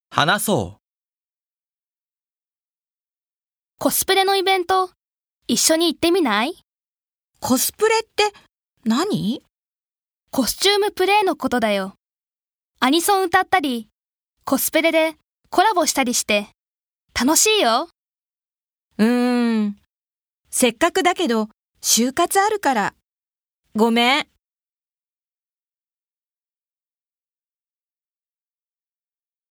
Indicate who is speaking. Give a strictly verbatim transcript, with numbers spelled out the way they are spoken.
Speaker 1: 話そう。
Speaker 2: コスプレのイベント、一緒に行ってみない？
Speaker 3: コスプレって何？
Speaker 2: コスチュームプレイのことだよ。アニソン歌ったり、コスプレでコラボしたりして、楽しいよ。
Speaker 3: うーん。せっかくだけど、就活あるから。ごめん。